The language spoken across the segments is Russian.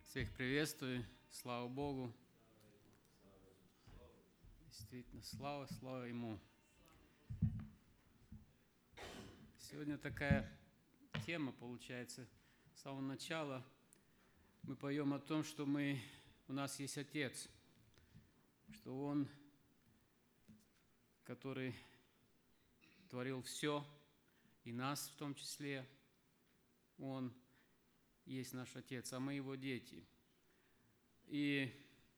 Всех приветствую, слава Богу. Действительно, слава Ему. Сегодня такая тема получается. С самого начала мы поем о том, что у нас есть Отец, что Он, который творил все, и нас в том числе, Он есть наш Отец, а мы Его дети. И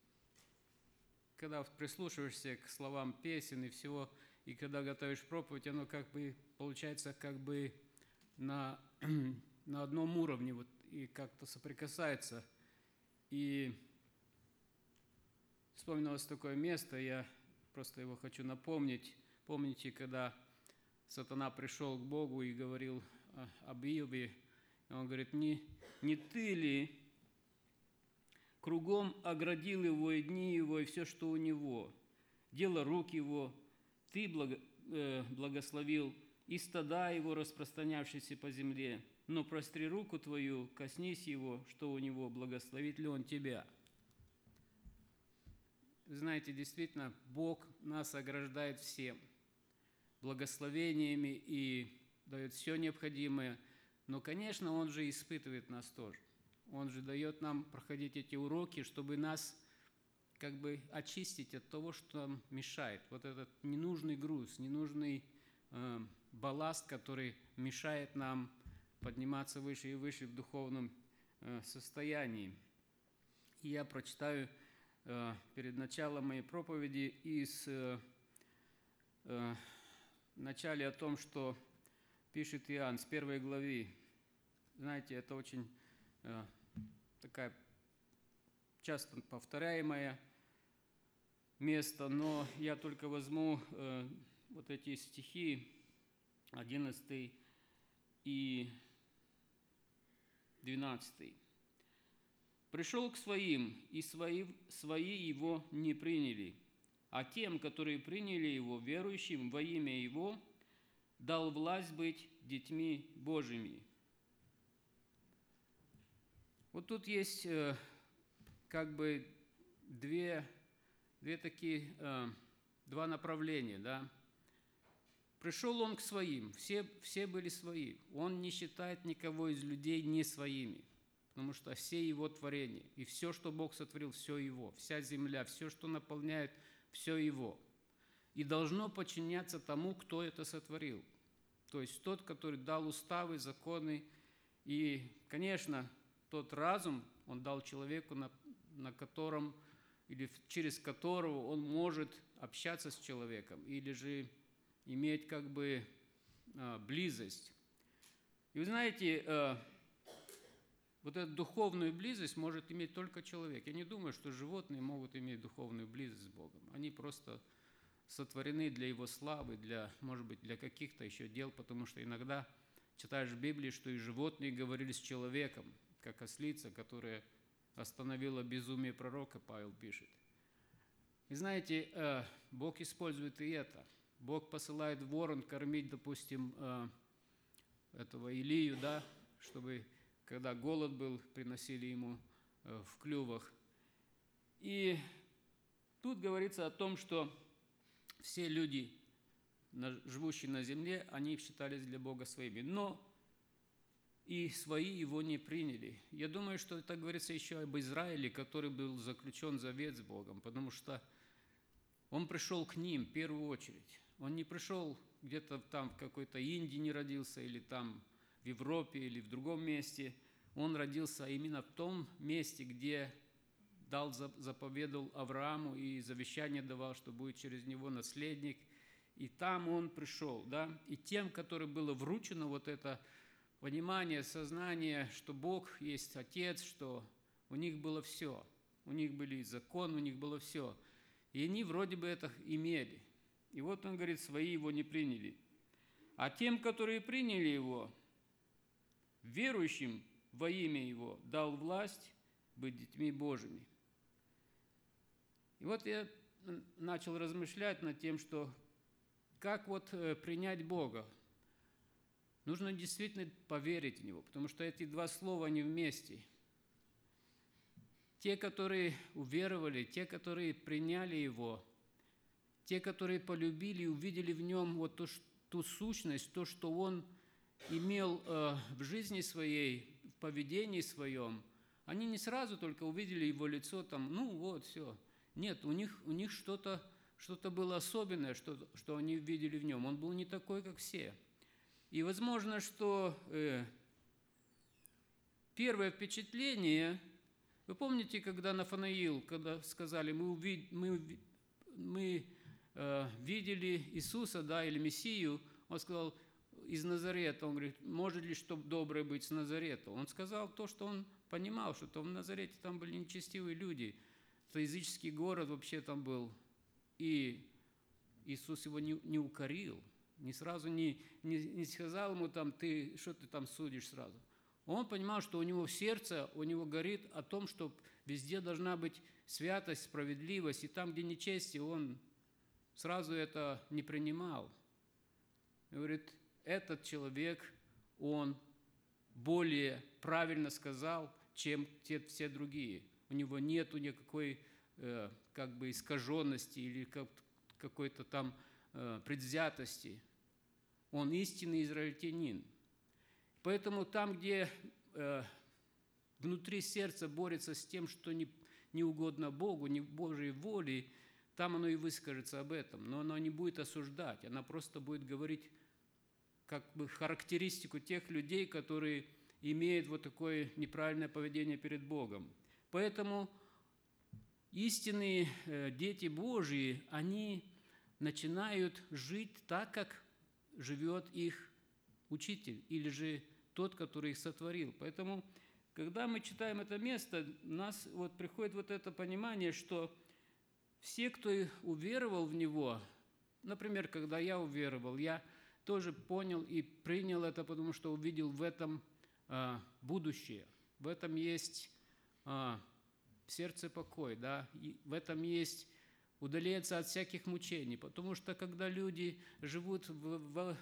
когда прислушиваешься к словам песен и всего, и когда готовишь проповедь, оно получается на одном уровне вот, и как-то соприкасается. И вспомнилось такое место, я просто его хочу напомнить. Помните, когда сатана пришел к Богу и говорил об Иове, он говорит: не ты ли кругом оградил его и дни его, и все, что у него, дело рук его, ты благословил, и стада его, распространявшиеся по земле, но простри руку твою, коснись его, что у него, благословит ли он тебя. Знаете, действительно, Бог нас ограждает всем благословениями и дает все необходимое, но, конечно, Он же испытывает нас тоже. Он же дает нам проходить эти уроки, чтобы нас очистить от того, что нам мешает. Вот этот ненужный груз, ненужный балласт, который мешает нам подниматься выше и выше в духовном состоянии. И я прочитаю перед началом моей проповеди в начале о том, что пишет Иоанн с 1 главы. Знаете, это очень такая часто повторяемое место, но я только возьму вот эти стихи 11 и 12. «Пришел к своим, и свои его не приняли, а тем, которые приняли его, верующим во имя его, дал власть быть детьми Божьими». Вот тут есть два направления, да. Пришел он к своим, все были свои. Он не считает никого из людей не своими, потому что все его творения, и все, что Бог сотворил, все его, вся земля, все, что наполняет, все его. И должно подчиняться тому, кто это сотворил. То есть тот, который дал уставы, законы. И, конечно, тот разум он дал человеку, на котором или через которого он может общаться с человеком или же иметь близость. И вы знаете, вот эту духовную близость может иметь только человек. Я не думаю, что животные могут иметь духовную близость с Богом. Они просто сотворены для Его славы, может быть, для каких-то еще дел, потому что иногда читаешь в Библии, что и животные говорили с человеком, как ослица, которая остановила безумие пророка, Павел пишет. И знаете, Бог использует и это. Бог посылает ворон кормить, допустим, этого Илию, да, чтобы, когда голод был, приносили ему в клювах. И тут говорится о том, что все люди, живущие на земле, они считались для Бога своими. Но и свои его не приняли. Я думаю, что это говорится еще об Израиле, который был заключен завет с Богом, потому что он пришел к ним в первую очередь. Он не пришел где-то там в какой-то Индии не родился, или там в Европе, или в другом месте. Он родился именно в том месте, где заповедал Аврааму и завещание давал, что будет через него наследник. И там он пришел, да. И тем, которым было вручено вот это понимание, сознание, что Бог есть Отец, что у них было все. У них были закон, у них было все. И они вроде бы это имели. И вот он говорит, свои его не приняли. А тем, которые приняли его, верующим во имя его, дал власть быть детьми Божьими. И вот я начал размышлять над тем, что как принять Бога. Нужно действительно поверить в Него, потому что эти два слова, они вместе. те, которые уверовали, те, которые приняли Его, те, которые полюбили и увидели в Нем вот ту сущность, то, что Он имел в жизни своей, в поведении своем, они не сразу только увидели Его лицо, там, ну вот, все. Нет, у них что-то было особенное, что они видели в Нем. Он был не такой, как все. И возможно, что первое впечатление, вы помните, когда Нафанаил, когда сказали, мы видели Иисуса, да, или Мессию, он сказал, из Назарета. Он говорит, может ли что доброе быть с Назарета? Он сказал то, что он понимал, что в Назарете там были нечестивые люди. Это языческий город вообще там был. И Иисус его не укорил, не сразу не сказал ему, там, что ты там судишь сразу. Он понимал, что у него в сердце, у него горит о том, что везде должна быть святость, справедливость, и там, где нечестие, он сразу это не принимал. И говорит, этот человек, он более правильно сказал, чем все другие. У него нету никакой как бы искаженности или какой-то там предвзятости. Он истинный израильтянин. Поэтому там, где внутри сердца борется с тем, что не угодно Богу, не Божьей воле, там оно и выскажется об этом. Но оно не будет осуждать, оно просто будет говорить как бы характеристику тех людей, которые имеют вот такое неправильное поведение перед Богом. Поэтому истинные дети Божьи, они начинают жить так, как живет их учитель или же тот, который их сотворил. Поэтому, когда мы читаем это место, у нас вот приходит вот это понимание, что все, кто уверовал в Него, например, когда я уверовал, я тоже понял и принял это, потому что увидел в этом будущее. В этом есть в сердце покой, да? И в этом есть удалиться от всяких мучений. Потому что когда люди живут в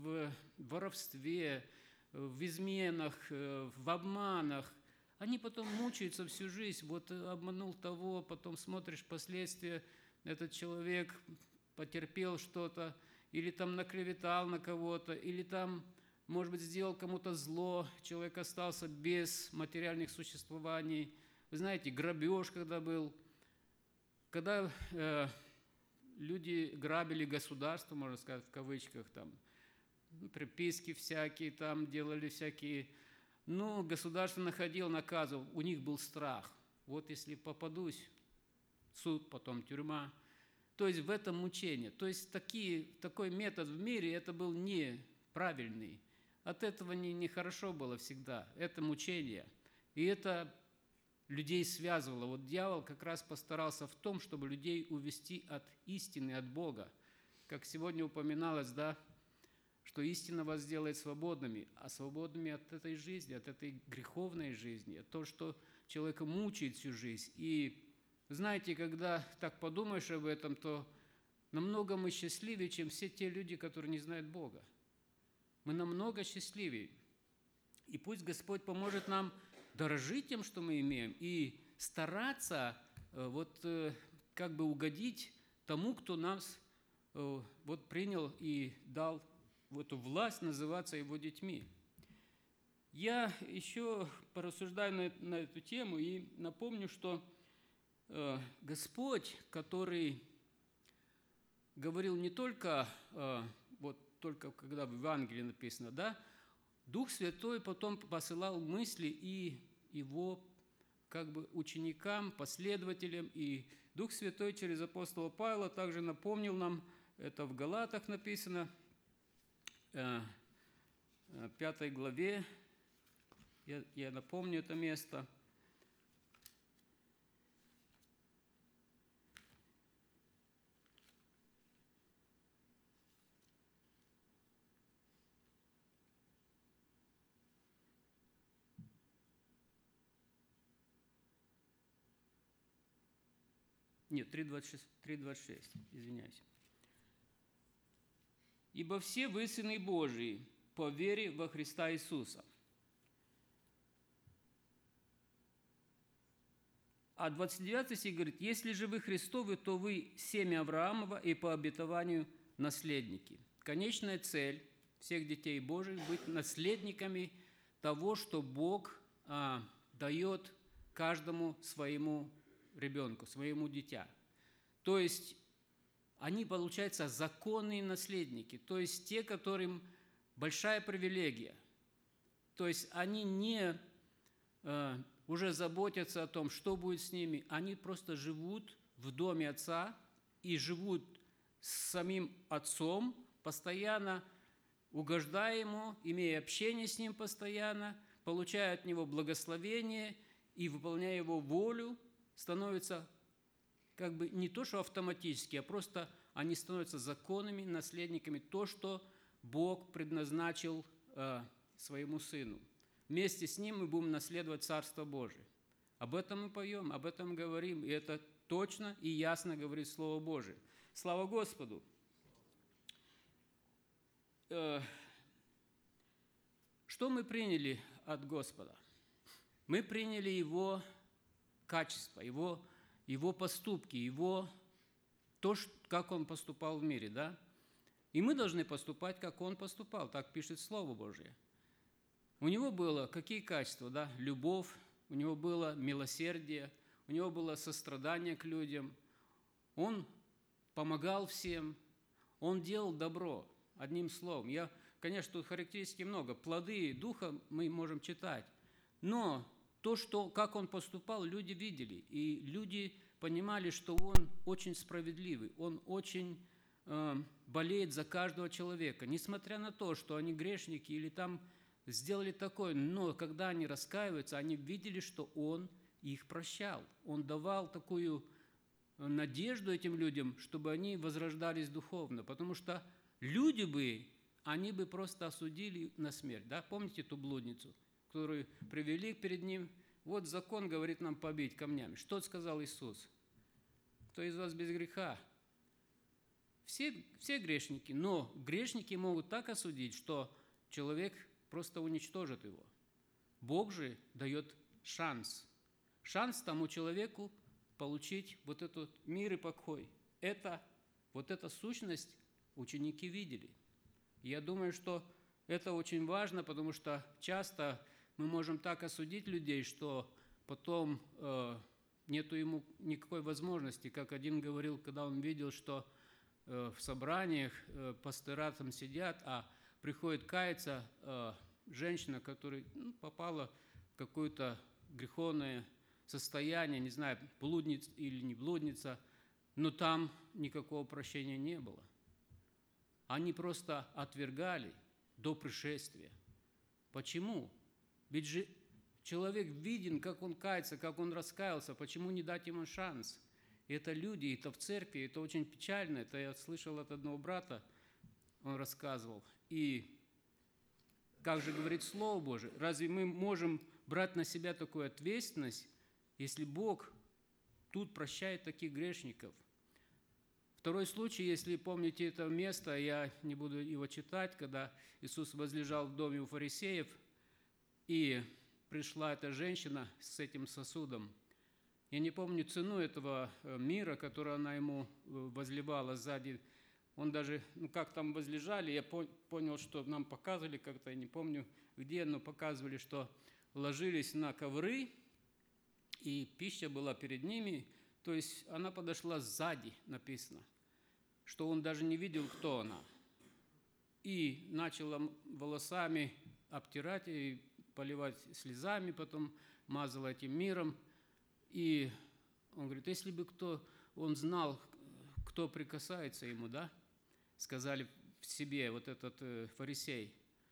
воровстве, в изменах, в обманах, они потом мучаются всю жизнь. Вот обманул того, потом смотришь последствия, этот человек потерпел что-то, или там наклеветал на кого-то, или там, может быть, сделал кому-то зло, человек остался без материальных существований. Вы знаете, грабеж, когда был, когда люди грабили государство, можно сказать, в кавычках, там, приписки всякие, там делали всякие. Ну, государство находило, наказывало, у них был страх. Вот если попадусь, суд, потом тюрьма. То есть в этом мучение. То есть такой метод в мире, это был неправильный. От этого нехорошо было всегда. Это мучение. И это людей связывало. Вот дьявол как раз постарался в том, чтобы людей увести от истины, от Бога. Как сегодня упоминалось, да, что истина вас сделает свободными, а свободными от этой жизни, от этой греховной жизни, от того, что человека мучает всю жизнь. И знаете, когда так подумаешь об этом, то намного мы счастливее, чем все те люди, которые не знают Бога. Мы намного счастливее. И пусть Господь поможет нам дорожить тем, что мы имеем, и стараться как бы угодить тому, кто нас принял и дал эту власть называться Его детьми. Я еще порассуждаю на эту тему и напомню, что Господь, который говорил не только, только когда в Евангелии написано, да, Дух Святой потом посылал мысли и Его как бы ученикам, последователям, и Дух Святой через апостола Павла также напомнил нам, это в Галатах написано, 5 главе, я напомню это место. Нет, 3:26, извиняюсь. «Ибо все вы сыны Божии по вере во Христа Иисуса. А 29 стих говорит: «Если же вы Христовы, то вы семя Авраамова и по обетованию наследники». Конечная цель всех детей Божьих – быть наследниками того, что Бог дает каждому своему ребенку, своему дитя. То есть они, получаются, законные наследники, то есть те, которым большая привилегия. То есть они не уже заботятся о том, что будет с ними. Они просто живут в доме Отца и живут с самим Отцом, постоянно угождая Ему, имея общение с Ним постоянно, получая от Него благословение и, выполняя Его волю, становятся как бы не то, что автоматически, а просто они становятся законными наследниками то, что Бог предназначил своему Сыну. Вместе с Ним мы будем наследовать Царство Божие. Об этом мы поем, об этом говорим, и это точно и ясно говорит Слово Божие. Слава Господу! Что мы приняли от Господа? Мы приняли Его качество, Его поступки, то, как Он поступал в мире, да? И мы должны поступать, как Он поступал, так пишет Слово Божие. У Него было какие качества, да? Любовь, у Него было милосердие, у Него было сострадание к людям, Он помогал всем, Он делал добро, одним словом. Конечно, тут характеристики много, плоды Духа мы можем читать, но то, как Он поступал, люди видели, и люди понимали, что Он очень справедливый, Он очень болеет за каждого человека, несмотря на то, что они грешники или там сделали такое, но когда они раскаиваются, они видели, что Он их прощал. Он давал такую надежду этим людям, чтобы они возрождались духовно, потому что люди они бы просто осудили на смерть. Да? Помните ту блудницу, которую привели перед Ним? Вот закон говорит нам побить камнями. Что сказал Иисус? Кто из вас без греха? Все грешники, но грешники могут так осудить, что человек просто уничтожит его. Бог же дает шанс тому человеку получить вот этот мир и покой. Вот эта сущность ученики видели. Я думаю, что это очень важно, потому что часто мы можем так осудить людей, что потом нету ему никакой возможности. Как один говорил, когда он видел, что в собраниях пастыра там сидят, а приходит каяться женщина, которая попала в какое-то греховное состояние, не знаю, блудница или не блудница, но там никакого прощения не было. Они просто отвергали до пришествия. Почему? Ведь же человек виден, как он кается, как он раскаялся, почему не дать ему шанс? Это люди, это в церкви, это очень печально. Это я слышал от одного брата, он рассказывал. И как же говорит Слово Божие, разве мы можем брать на себя такую ответственность, если Бог тут прощает таких грешников? Второй случай, если помните это место, я не буду его читать, когда Иисус возлежал в доме у фарисеев, и пришла эта женщина с этим сосудом. Я не помню цену этого мира, которую она ему возливала сзади. Он даже, как там возлежали, я понял, что нам показывали как-то, я не помню где, но показывали, что ложились на ковры, и пища была перед ними. То есть она подошла сзади, написано, что он даже не видел, кто она. И начала волосами обтирать и поливать слезами, потом мазала этим миром. И он говорит, если бы он знал, кто прикасается ему, да, сказали в себе вот этот фарисей.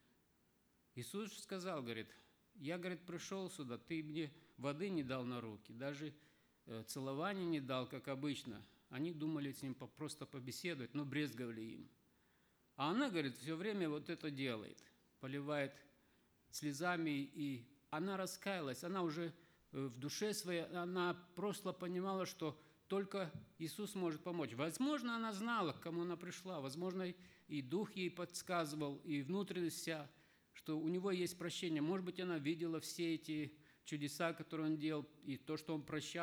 Иисус сказал, говорит, я, говорит, пришел сюда, ты мне воды не дал на руки, даже целования не дал, как обычно. Они думали с ним просто побеседовать, но брезговали им. А она, говорит, все время вот это делает, поливает слезами, и она раскаялась, она уже в душе своей, она просто понимала, что только Иисус может помочь. Возможно, она знала, к кому она пришла, возможно, и Дух ей подсказывал, и внутренность вся, что у Него есть прощение. Может быть, она видела все эти чудеса, которые Он делал, и то, что Он прощал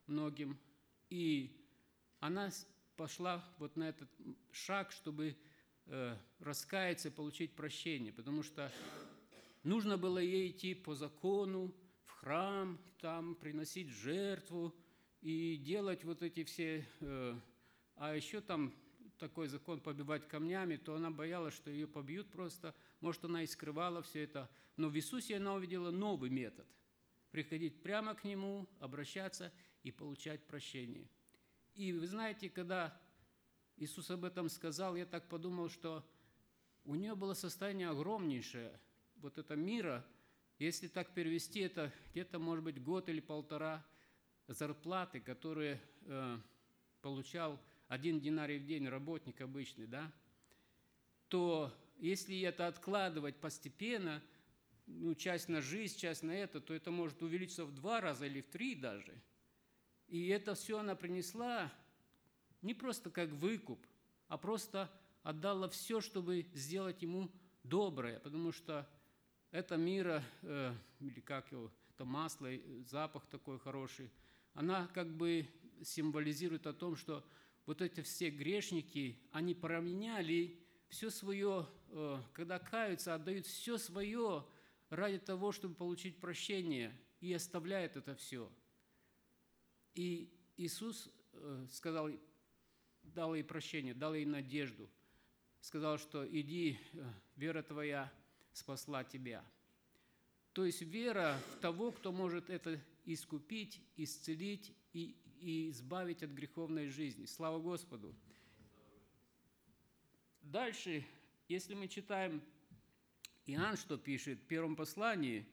многим. И она пошла вот на этот шаг, чтобы раскаяться и получить прощение, потому что нужно было ей идти по закону в храм, там приносить жертву и делать вот эти все... А еще там такой закон побивать камнями, то она боялась, что ее побьют просто. Может, она и скрывала все это. Но в Иисусе она увидела новый метод. Приходить прямо к Нему, обращаться и получать прощение. И вы знаете, когда Иисус об этом сказал, я так подумал, что у нее было состояние огромнейшее, вот это мира, если так перевести, это где-то, может быть, год или полтора зарплаты, которые получал 1 динарий в день работник обычный, да, то если это откладывать постепенно, часть на жизнь, часть на это, то это может увеличиться в 2 раза или в 3 даже. И это все она принесла не просто как выкуп, а просто отдала все, чтобы сделать ему доброе, потому что это мира, или как его, это масло, запах такой хороший, она как бы символизирует о том, что вот эти все грешники, они променяли все свое, когда каются, отдают все свое ради того, чтобы получить прощение, и оставляют это все. И Иисус сказал, дал ей прощение, дал ей надежду, сказал, что иди, вера твоя спасла тебя. То есть вера в того, кто может это искупить, исцелить и избавить от греховной жизни. Слава Господу! Дальше, если мы читаем Иоанн, что пишет в первом послании,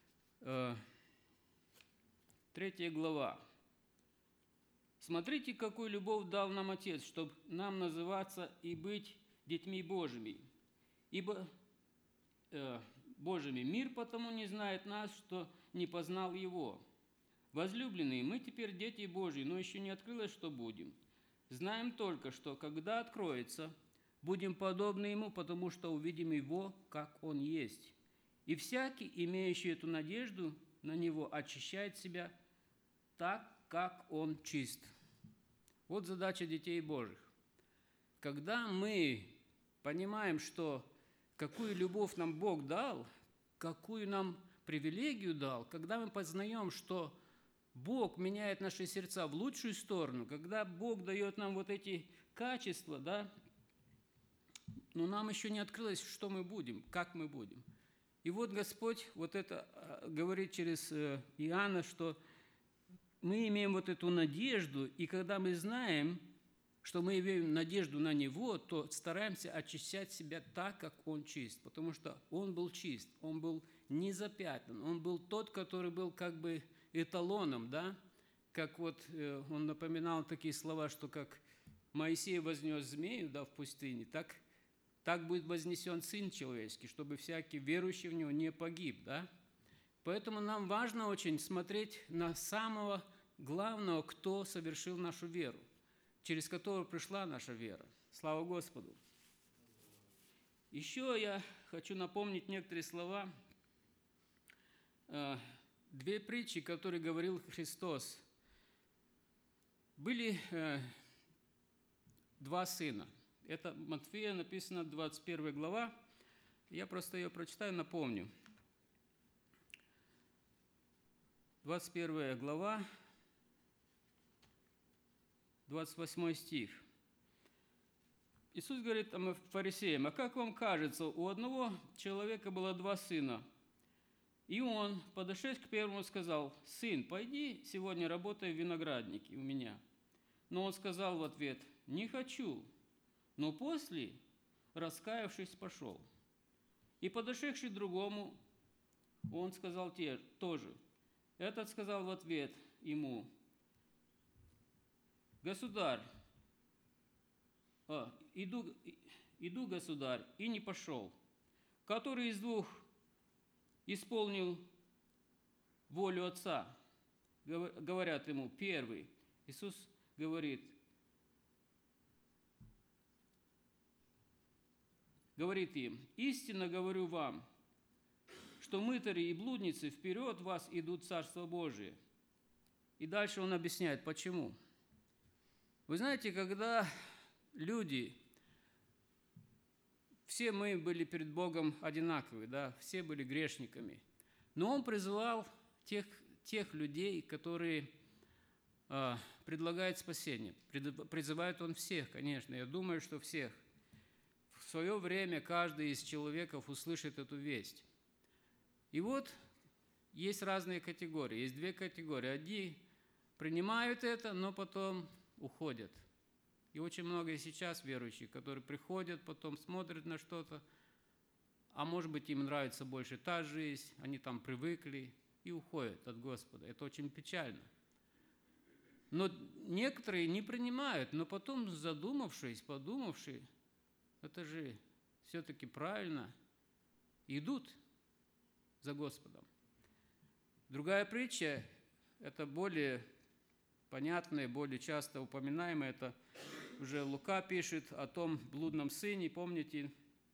3 глава. «Смотрите, какую любовь дал нам Отец, чтобы нам называться и быть детьми Божьими. Ибо Божьими мир потому не знает нас, что не познал Его. Возлюбленные, мы теперь дети Божьи, но еще не открылось, что будем. Знаем только, что когда откроется, будем подобны Ему, потому что увидим Его, как Он есть. И всякий, имеющий эту надежду на Него, очищает себя так, как Он чист». Вот задача детей Божьих. Когда мы понимаем, что какую любовь нам Бог дал, какую нам привилегию дал, когда мы познаем, что Бог меняет наши сердца в лучшую сторону, когда Бог дает нам вот эти качества, да, но нам еще не открылось, что мы будем, как мы будем. И вот Господь вот это говорит через Иоанна, что мы имеем вот эту надежду, и когда мы знаем, что мы имеем надежду на Него, то стараемся очищать себя так, как Он чист, потому что Он был чист, Он был не запятнан, Он был тот, который был как бы эталоном, да, как вот Он напоминал такие слова, что как Моисей вознес змею, да, в пустыне, так будет вознесен Сын Человеческий, чтобы всякий верующий в Него не погиб, да. Поэтому нам важно очень смотреть на самого главного, кто совершил нашу веру, через которого пришла наша вера. Слава Господу! Еще я хочу напомнить некоторые слова, 2 притчи, которые говорил Христос. Были 2 сына. Это Матфея написано, 21 глава. Я просто ее прочитаю, напомню. 21 глава, 28 стих. Иисус говорит фарисеям: «А как вам кажется, у одного человека было 2 сына, и он, подошедший к первому, сказал: „Сын, пойди сегодня работай в винограднике у меня“. Но он сказал в ответ: „Не хочу“. Но после, раскаявшись, пошел. И подошедший к другому, он сказал тоже. Этот сказал в ответ ему: „Государь, иду, государь“, и не пошел. Который из 2 исполнил волю Отца? Говорят ему: первый. Иисус говорит им: „Истинно говорю вам, что мытари и блудницы вперед вас идут в Царство Божие. И дальше он объясняет, почему. Вы знаете, когда люди, все мы были перед Богом одинаковы, да, все были грешниками, но Он призывал тех людей, которые предлагают спасение. Призывает Он всех, конечно, я думаю, что всех. В свое время каждый из человеков услышит эту весть. И вот есть разные категории, есть две категории. Одни принимают это, но потом уходят. И очень много и сейчас верующих, которые приходят, потом смотрят на что-то, а может быть им нравится больше та жизнь, они там привыкли и уходят от Господа. Это очень печально. Но некоторые не принимают, но потом задумавшись, подумавши, это же все-таки правильно, идут за Господом. Другая притча, это более понятная, более часто упоминаемая, это уже Лука пишет о том блудном сыне, помните,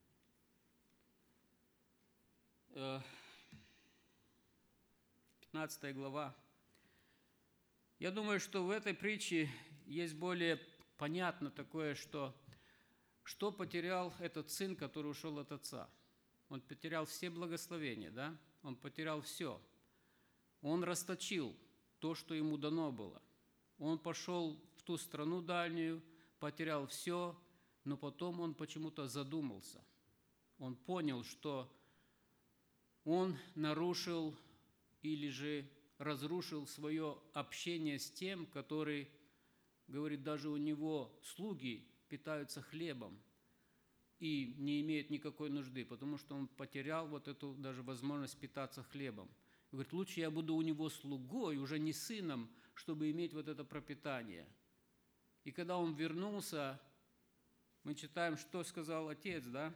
15 глава. Я думаю, что в этой притче есть более понятно такое, что потерял этот сын, который ушел от отца. Он потерял все благословения, да? Он потерял все. Он расточил то, что ему дано было. Он пошел в ту страну дальнюю, потерял все, но потом он почему-то задумался. Он понял, что он нарушил или же разрушил свое общение с тем, который, говорит, даже у него слуги питаются хлебом и не имеют никакой нужды, потому что он потерял вот эту даже возможность питаться хлебом. Говорит, лучше я буду у него слугой, уже не сыном, чтобы иметь вот это пропитание. И когда он вернулся, мы читаем, что сказал отец, да?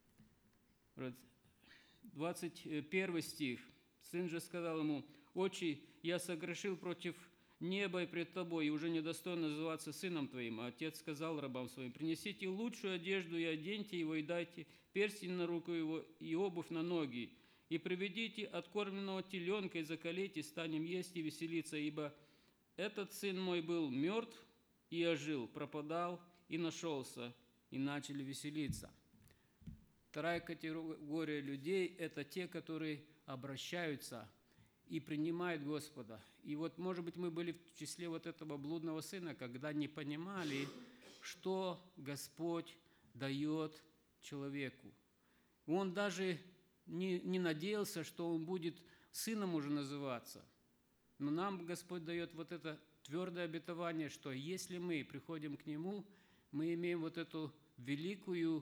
21 стих. Сын же сказал ему: «Отче, я согрешил против неба и пред тобой, и уже недостоин называться сыном твоим». А отец сказал рабам своим: «Принесите лучшую одежду и оденьте его, и дайте перстень на руку его и обувь на ноги, и приведите откормленного теленка, и заколите, станем есть и веселиться, ибо этот сын мой был мертв и ожил, пропадал и нашелся, и начали веселиться». Вторая категория людей – это те, которые обращаются и принимают Господа. И вот, может быть, мы были в числе вот этого блудного сына, когда не понимали, что Господь дает человеку. Он даже не надеялся, что он будет сыном уже называться. Но нам Господь дает вот это твердое обетование, что если мы приходим к Нему, мы имеем вот эту великую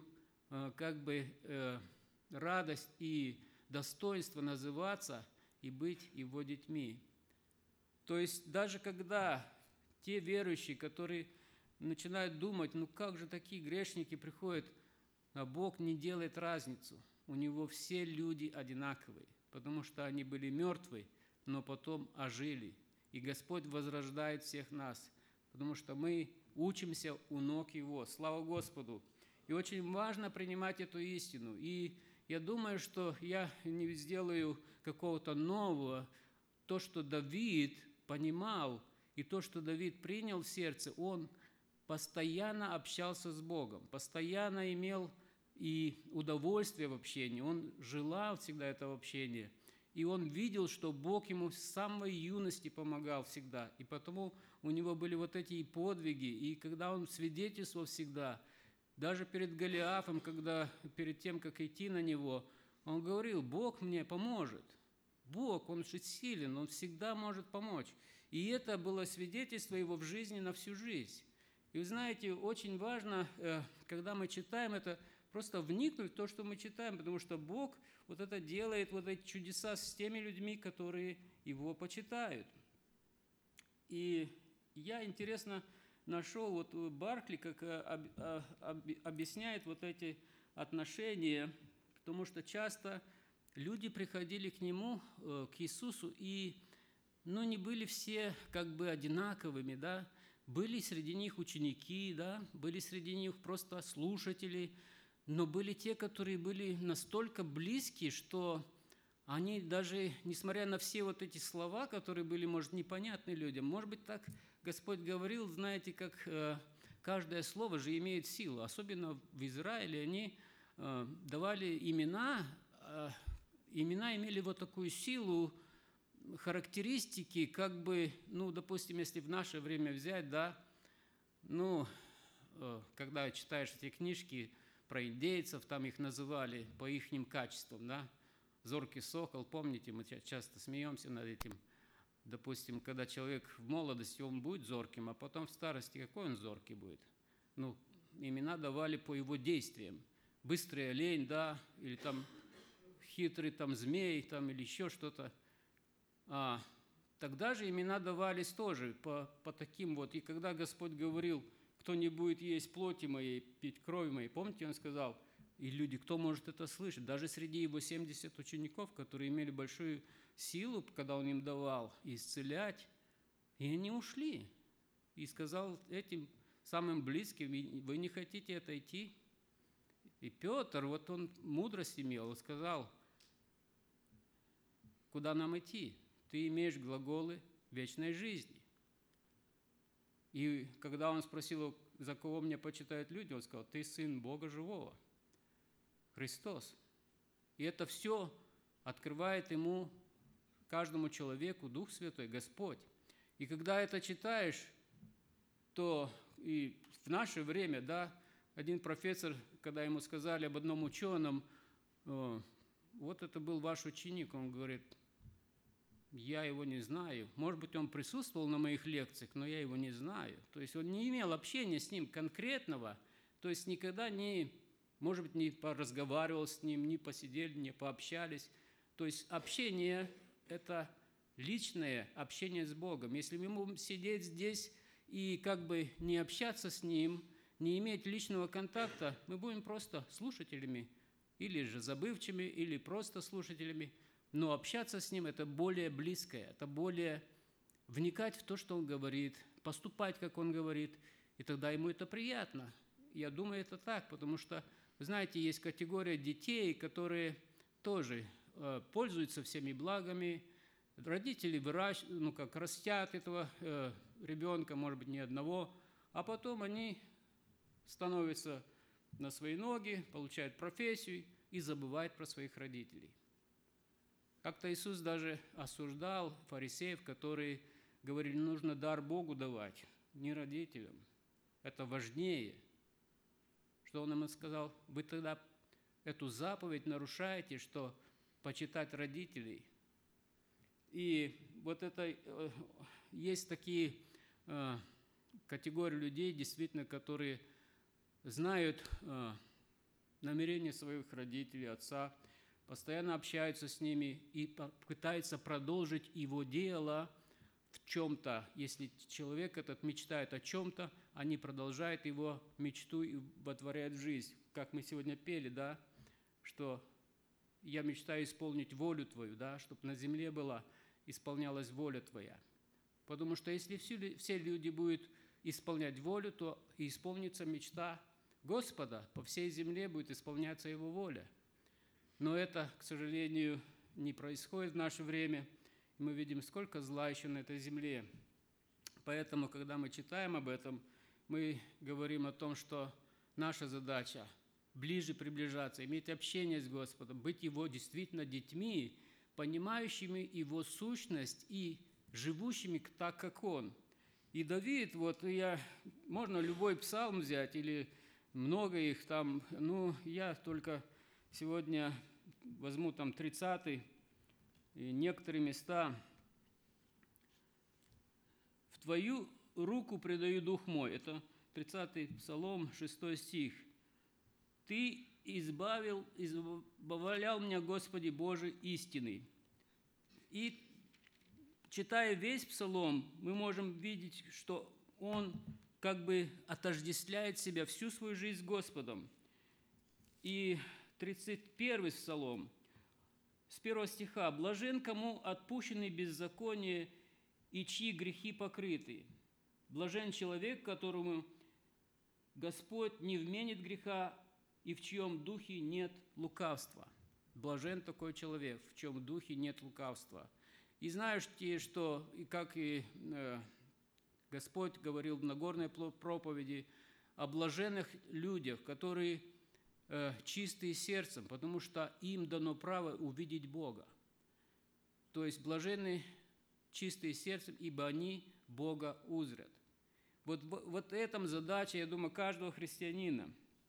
радость и достоинство называться и быть Его детьми. То есть даже когда те верующие, которые начинают думать, ну как же такие грешники приходят, а Бог не делает разницу. У Него все люди одинаковые, потому что они были мертвы, но потом ожили. И Господь возрождает всех нас, потому что мы учимся у ног Его. Слава Господу! И очень важно принимать эту истину. И я думаю, что я не сделаю какого-то нового. То, что Давид понимал, и то, что Давид принял в сердце, он постоянно общался с Богом, постоянно имел и удовольствие в общении, он желал всегда этого общения. И он видел, что Бог ему с самой юности помогал всегда. И потому у него были вот эти и подвиги. И когда он свидетельствовал всегда, даже перед Голиафом, когда перед тем, как идти на него, он говорил: Бог мне поможет. Бог, Он же силен, Он всегда может помочь. И это было свидетельство его в жизни на всю жизнь. И вы знаете, очень важно, когда мы читаем это, просто вникнуть в то, что мы читаем, потому что Бог вот это делает, вот эти чудеса с теми людьми, которые Его почитают. И я, интересно, нашел, вот Баркли как объясняет вот эти отношения, потому что часто люди приходили к Нему, к Иисусу, и не были все одинаковыми, да, были среди них ученики, да, были среди них просто слушатели, но были те, которые были настолько близки, что они даже, несмотря на все вот эти слова, которые были, может, непонятны людям, может быть, так Господь говорил, знаете, как каждое слово же имеет силу. Особенно в Израиле они давали имена, имена имели вот такую силу, характеристики, как бы, ну, допустим, если в наше время взять, да, ну, когда читаешь эти книжки про индейцев, там их называли по ихним качествам, да, зоркий сокол, помните, мы часто смеемся над этим. Допустим, когда человек в молодости, он будет зорким, а потом в старости какой он зоркий будет? Ну, имена давали по его действиям. Быстрый олень, да, или там хитрый там змей, там, или еще что-то. Тогда же имена давались тоже по таким вот. И когда Господь говорил, кто не будет есть плоти моей, пить крови моей, помните, Он сказал, и люди, кто может это слышать? Даже среди его 70 учеников, которые имели большую силу, когда Он им давал исцелять, и они ушли. И сказал этим самым близким, вы не хотите отойти? И Петр, вот он мудрость имел, он сказал, куда нам идти? Ты имеешь глаголы вечной жизни. И когда он спросил, за кого меня почитают люди, он сказал, ты сын Бога живого, Христос. И это все открывает ему, каждому человеку, Дух Святой, Господь. И когда это читаешь, то и в наше время, да, один профессор, когда ему сказали об одном ученом, вот это был ваш ученик, он говорит, я его не знаю. Может быть, он присутствовал на моих лекциях, но я его не знаю. То есть он не имел общения с ним конкретного, то есть никогда не, может быть, не поразговаривал с ним, не посидели, не пообщались. То есть общение – это личное общение с Богом. Если мы будем сидеть здесь и как бы не общаться с Ним, не иметь личного контакта, мы будем просто слушателями, или же забывчивыми, или просто слушателями. Но общаться с Ним – это более близкое, это более вникать в то, что Он говорит, поступать, как Он говорит, и тогда Ему это приятно. Я думаю, это так, потому что, вы знаете, есть категория детей, которые тоже пользуются всеми благами. Родители растят этого ребенка, может быть, не одного, а потом они становятся на свои ноги, получают профессию и забывают про своих родителей. Как-то Иисус даже осуждал фарисеев, которые говорили, нужно дар Богу давать, не родителям. Это важнее. Что Он им сказал? Вы тогда эту заповедь нарушаете, что почитать родителей. И вот это есть такие категории людей, действительно, которые знают намерения своих родителей, отца, постоянно общаются с ними и пытаются продолжить его дело в чем-то. Если человек этот мечтает о чем-то, они продолжают его мечту и вотворяют в жизнь. Как мы сегодня пели, да, что я мечтаю исполнить волю Твою, да, чтобы на земле исполнялась воля Твоя. Потому что если все люди будут исполнять волю, то и исполнится мечта Господа. По всей земле будет исполняться Его воля. Но это, к сожалению, не происходит в наше время. Мы видим, сколько зла еще на этой земле. Поэтому, когда мы читаем об этом, мы говорим о том, что наша задача ближе приближаться, иметь общение с Господом, быть Его действительно детьми, понимающими Его сущность и живущими так, как Он. И Давид, можно любой псалм взять, или много их там, я только сегодня возьму там 30-й, и некоторые места. «В Твою руку предаю дух мой». Это 30-й псалом, 6 стих. «Ты избавлял меня, Господи Боже, истиной». И читая весь псалом, мы можем видеть, что он как бы отождествляет себя всю свою жизнь с Господом. И 31-й псалом, с 1 стиха. «Блажен, кому отпущены беззаконие и чьи грехи покрыты. Блажен человек, которому Господь не вменит греха и в чьем духе нет лукавства». Блажен такой человек, в чем в духе нет лукавства. И знаете, что, как и Господь говорил в Нагорной проповеди, о блаженных людях, которые чистые сердцем, потому что им дано право увидеть Бога. То есть блаженны чистые сердцем, ибо они Бога узрят. Вот этом задача, я думаю, каждого христианина.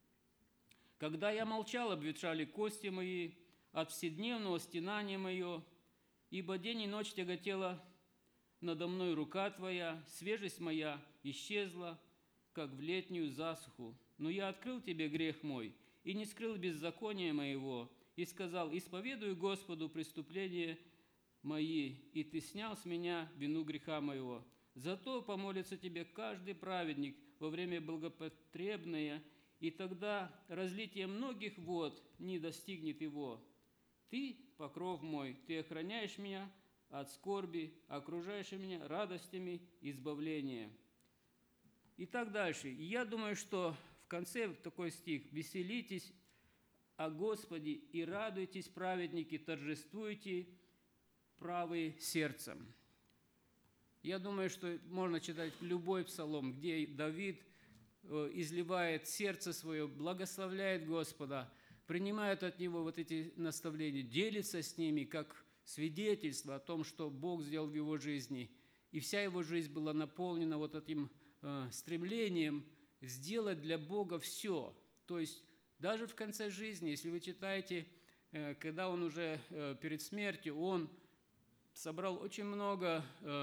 Когда я молчал, обветшали кости мои от вседневного стенания мое, ибо день и ночь тяготела надо мной рука Твоя, свежесть моя исчезла, как в летнюю засуху. Но я открыл Тебе грех мой и не скрыл беззакония моего, и сказал: исповедую Господу преступления мои, и Ты снял с меня вину греха моего. Зато помолится Тебе каждый праведник во время благопотребное, и тогда разлитие многих вод не достигнет его. Ты, покров мой, Ты охраняешь меня от скорби, окружаешь меня радостями избавления. И так дальше. И я думаю, что в конце такой стих: «Веселитесь о Господе и радуйтесь, праведники, торжествуйте, правые сердцем». Я думаю, что можно читать любой псалом, где Давид изливает сердце свое, благословляет Господа, принимает от Него вот эти наставления, делится с ними как свидетельство о том, что Бог сделал в его жизни. И вся его жизнь была наполнена вот этим стремлением сделать для Бога все. То есть даже в конце жизни, если вы читаете, когда он уже перед смертью, он собрал очень много,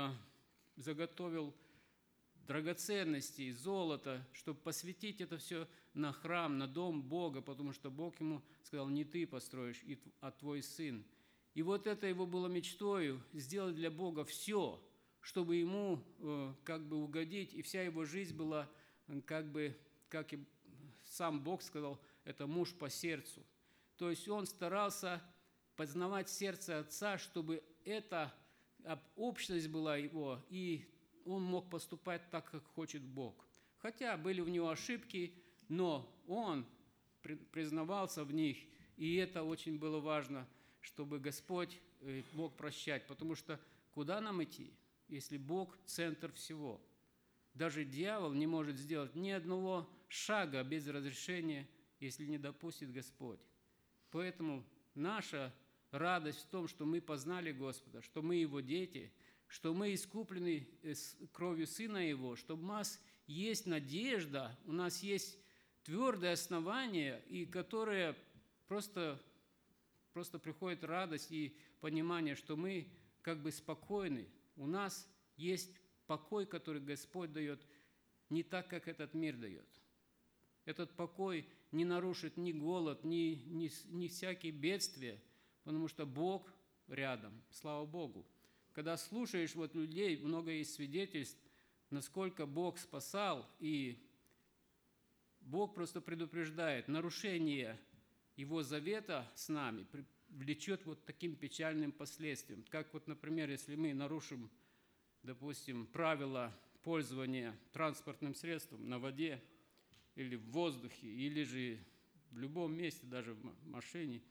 заготовил драгоценностей, золота, чтобы посвятить это все на храм, на дом Бога, потому что Бог ему сказал: не ты построишь, а твой сын. И вот это его было мечтою, сделать для Бога все, чтобы ему как бы угодить, и вся его жизнь была как бы, как и сам Бог сказал, это муж по сердцу. То есть он старался познавать сердце Отца, чтобы эта общность была его, и он мог поступать так, как хочет Бог. Хотя были у него ошибки, но он признавался в них, и это очень было важно, чтобы Господь мог прощать. Потому что куда нам идти, если Бог – центр всего? Даже дьявол не может сделать ни одного шага без разрешения, если не допустит Господь. Поэтому наша радость в том, что мы познали Господа, что мы Его дети, что мы искуплены кровью Сына Его, что у нас есть надежда, у нас есть твердое основание, и которое просто приходит радость и понимание, что мы как бы спокойны. У нас есть покой, который Господь дает, не так, как этот мир дает. Этот покой не нарушит ни голод, ни всякие бедствия, потому что Бог рядом, слава Богу. Когда слушаешь вот людей, много есть свидетельств, насколько Бог спасал, и Бог просто предупреждает, нарушение Его завета с нами влечет вот таким печальным последствиям. Как вот, например, если мы нарушим, допустим, правила пользования транспортным средством на воде или в воздухе, или же в любом месте, даже в машине,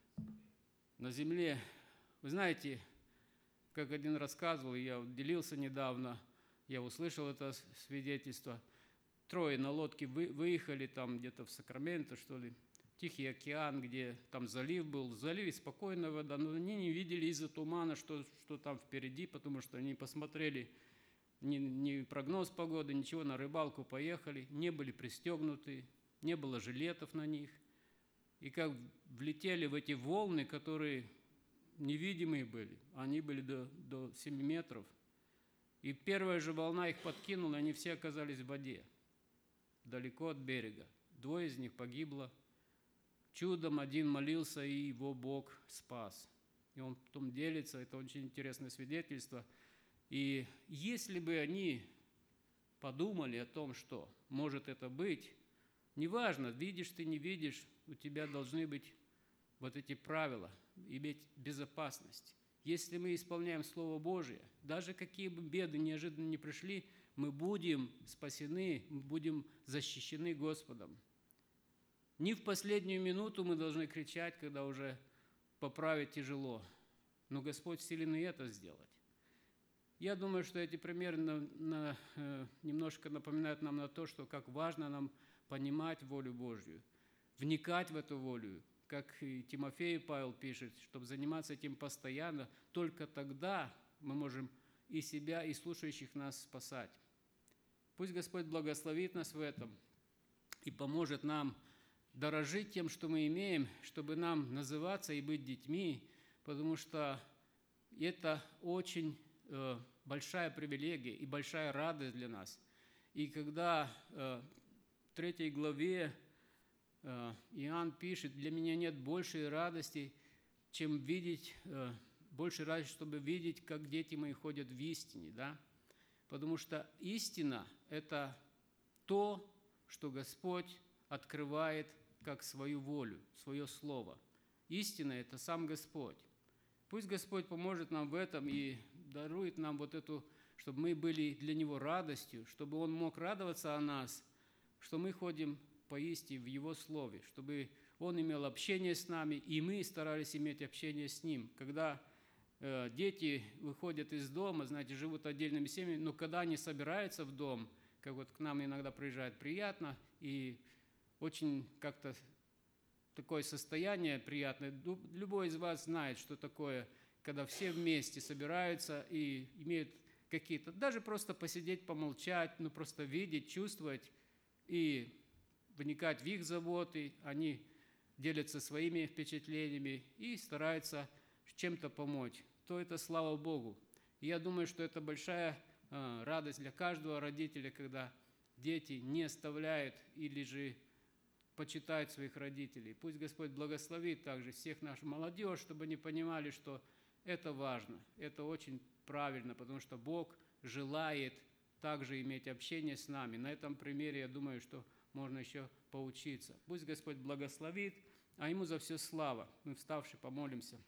на земле. Вы знаете, как один рассказывал, я делился недавно, я услышал это свидетельство. 3 на лодке выехали там где-то в Сакраменто, что ли, Тихий океан, где там залив был, в заливе спокойная вода, но они не видели из-за тумана, что там впереди, потому что они посмотрели ни прогноз погоды, ничего, на рыбалку поехали, не были пристегнуты, не было жилетов на них. И как влетели в эти волны, которые невидимые были, они были до 7 метров. И первая же волна их подкинула, они все оказались в воде, далеко от берега. 2 из них погибло. Чудом один молился, и его Бог спас. И он потом делится, это очень интересное свидетельство. И если бы они подумали о том, что может это быть, неважно, видишь ты, не видишь, у тебя должны быть вот эти правила, иметь безопасность. Если мы исполняем Слово Божие, даже какие бы беды неожиданно не пришли, мы будем спасены, мы будем защищены Господом. Не в последнюю минуту мы должны кричать, когда уже поправить тяжело. Но Господь силен и это сделать. Я думаю, что эти примеры немножко напоминают нам на то, что как важно нам понимать волю Божью, вникать в эту волю, как и Тимофею Павел пишет, чтобы заниматься этим постоянно, только тогда мы можем и себя, и слушающих нас спасать. Пусть Господь благословит нас в этом и поможет нам дорожить тем, что мы имеем, чтобы нам называться и быть детьми, потому что это очень большая привилегия и большая радость для нас. И когда в 3 главе Иоанн пишет: «Для меня нет большей радости, чем видеть, больше радости, чтобы видеть, как дети мои ходят в истине». Да? Потому что истина – это то, что Господь открывает как свою волю, свое слово. Истина – это сам Господь. Пусть Господь поможет нам в этом и дарует нам вот эту, чтобы мы были для Него радостью, чтобы Он мог радоваться о нас, что мы ходим поистине в Его Слове, чтобы Он имел общение с нами, и мы старались иметь общение с Ним. Когда дети выходят из дома, знаете, живут отдельными семьями, но когда они собираются в дом, как вот к нам иногда приезжают, приятно, и очень как-то такое состояние приятное. Любой из вас знает, что такое, когда все вместе собираются и имеют какие-то, даже просто посидеть, помолчать, ну просто видеть, чувствовать и вникать в их заботы. Они делятся своими впечатлениями и стараются чем-то помочь. То это слава Богу. И я думаю, что это большая радость для каждого родителя, когда дети не оставляют или же почитают своих родителей. Пусть Господь благословит также всех нашу молодежь, чтобы они понимали, что это важно, это очень правильно, потому что Бог желает также иметь общение с нами. На этом примере, я думаю, что можно еще поучиться. Пусть Господь благословит, а Ему за все слава. Мы, вставши, помолимся.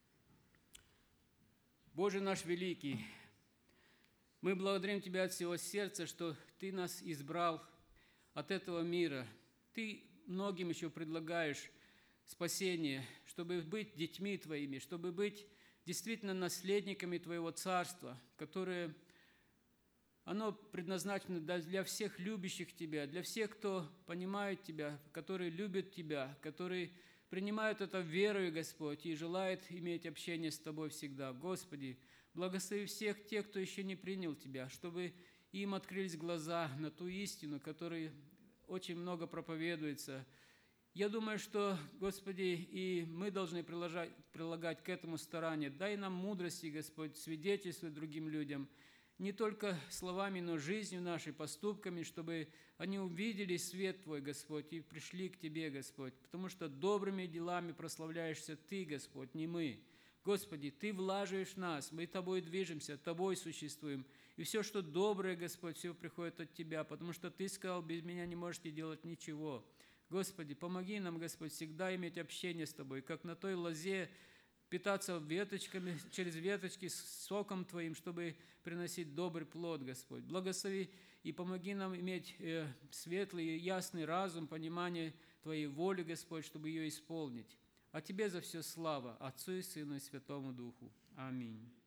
Боже наш великий, мы благодарим Тебя от всего сердца, что Ты нас избрал от этого мира. Ты многим еще предлагаешь спасение, чтобы быть детьми Твоими, чтобы быть действительно наследниками Твоего Царства, которое, оно предназначено для всех любящих Тебя, для всех, кто понимает Тебя, которые любят Тебя, которые принимают это верою, Господь, и желают иметь общение с Тобой всегда. Господи, благослови всех тех, кто еще не принял Тебя, чтобы им открылись глаза на ту истину, которая очень много проповедуется. Я думаю, что, Господи, и мы должны прилагать к этому старания. Дай нам мудрости, Господь, свидетельствовать другим людям, не только словами, но жизнью нашей, поступками, чтобы они увидели свет Твой, Господь, и пришли к Тебе, Господь, потому что добрыми делами прославляешься Ты, Господь, не мы. Господи, Ты влаживаешь нас, мы Тобой движемся, Тобой существуем. И все, что доброе, Господь, все приходит от Тебя, потому что Ты сказал: без Меня не можете делать ничего. Господи, помоги нам, Господь, всегда иметь общение с Тобой, как на той лозе, питаться веточками, через веточки соком Твоим, чтобы приносить добрый плод, Господь. Благослови и помоги нам иметь светлый и ясный разум, понимание Твоей воли, Господь, чтобы ее исполнить. А Тебе за все слава, Отцу и Сыну и Святому Духу. Аминь.